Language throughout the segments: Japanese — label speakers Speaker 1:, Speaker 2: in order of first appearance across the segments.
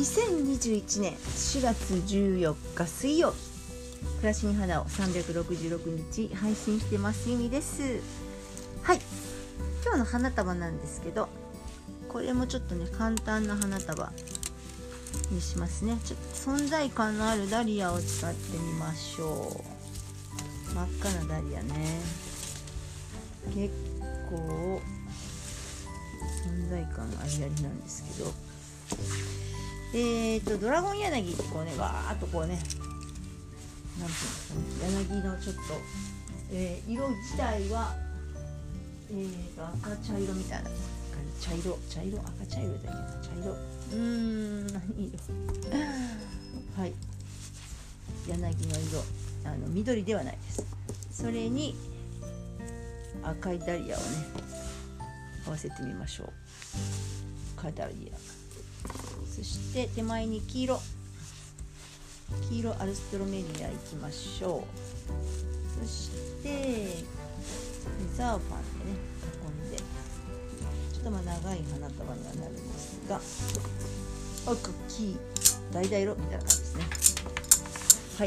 Speaker 1: 2021年4月14日水曜日、暮らしに花を366日配信してますゆみです。はい、今日の花束なんですけど、これもちょっとね簡単な花束にしますね。ちょっと存在感のあるダリアを使ってみましょう。真っ赤なダリアね、結構存在感ありありなんですけど、ドラゴン柳ってこうねわーっとこうね、なんていうんですかね、柳のちょっと、色自体は、赤茶色みたいな、茶色赤茶色だけど茶色何色はい柳の色、緑ではないです。それに赤いダリアをね合わせてみましょう。赤ダリア、そして手前に黄色アルストロメリアいきましょう。そしてレザーファンでね囲んで、ちょっと長い花束にはなるんですが、赤黄橙色みたいな感じですね。はい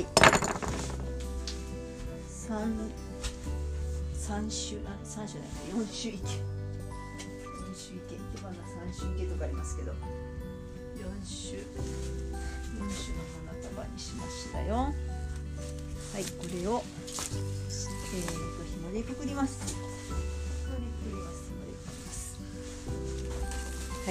Speaker 1: 、4種いけ手花3種いけとかありますけど、4種の花束にしましたよ。はい、これを、紐でくくります。はい、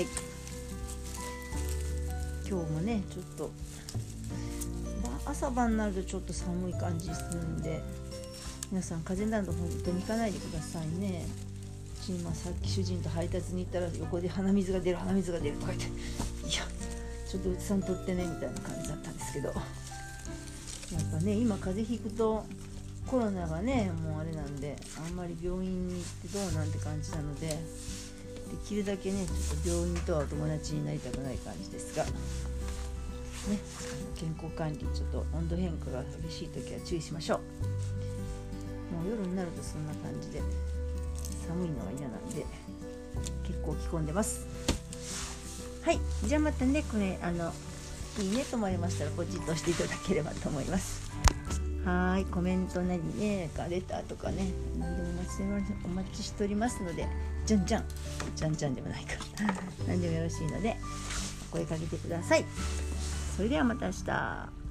Speaker 1: 今日もねちょっと朝晩になるとちょっと寒い感じするんで、皆さん風邪など本当にひかないでくださいね。今さっき主人と配達に行ったら横で鼻水が出るとか言って、いやちょっとうつさんとってねみたいな感じだったんですけど、やっぱね今風邪ひくとコロナがねもうあれなんで、あんまり病院に行ってどうなんて感じなので、できるだけねちょっと病院とはお友達になりたくない感じですがね、健康管理、ちょっと温度変化が激しい時は注意しましょう。もう夜になるとそんな感じで寒いのが嫌なんで結構着込んでます。はい、じゃあまたねこれいいねと思いましたらポチッと押していただければと思います。はい、コメントなりねレターとかね何でもお待ちしておりますので、じゃんじゃんでもないか何でもよろしいのでお声かけてください。それではまた明日。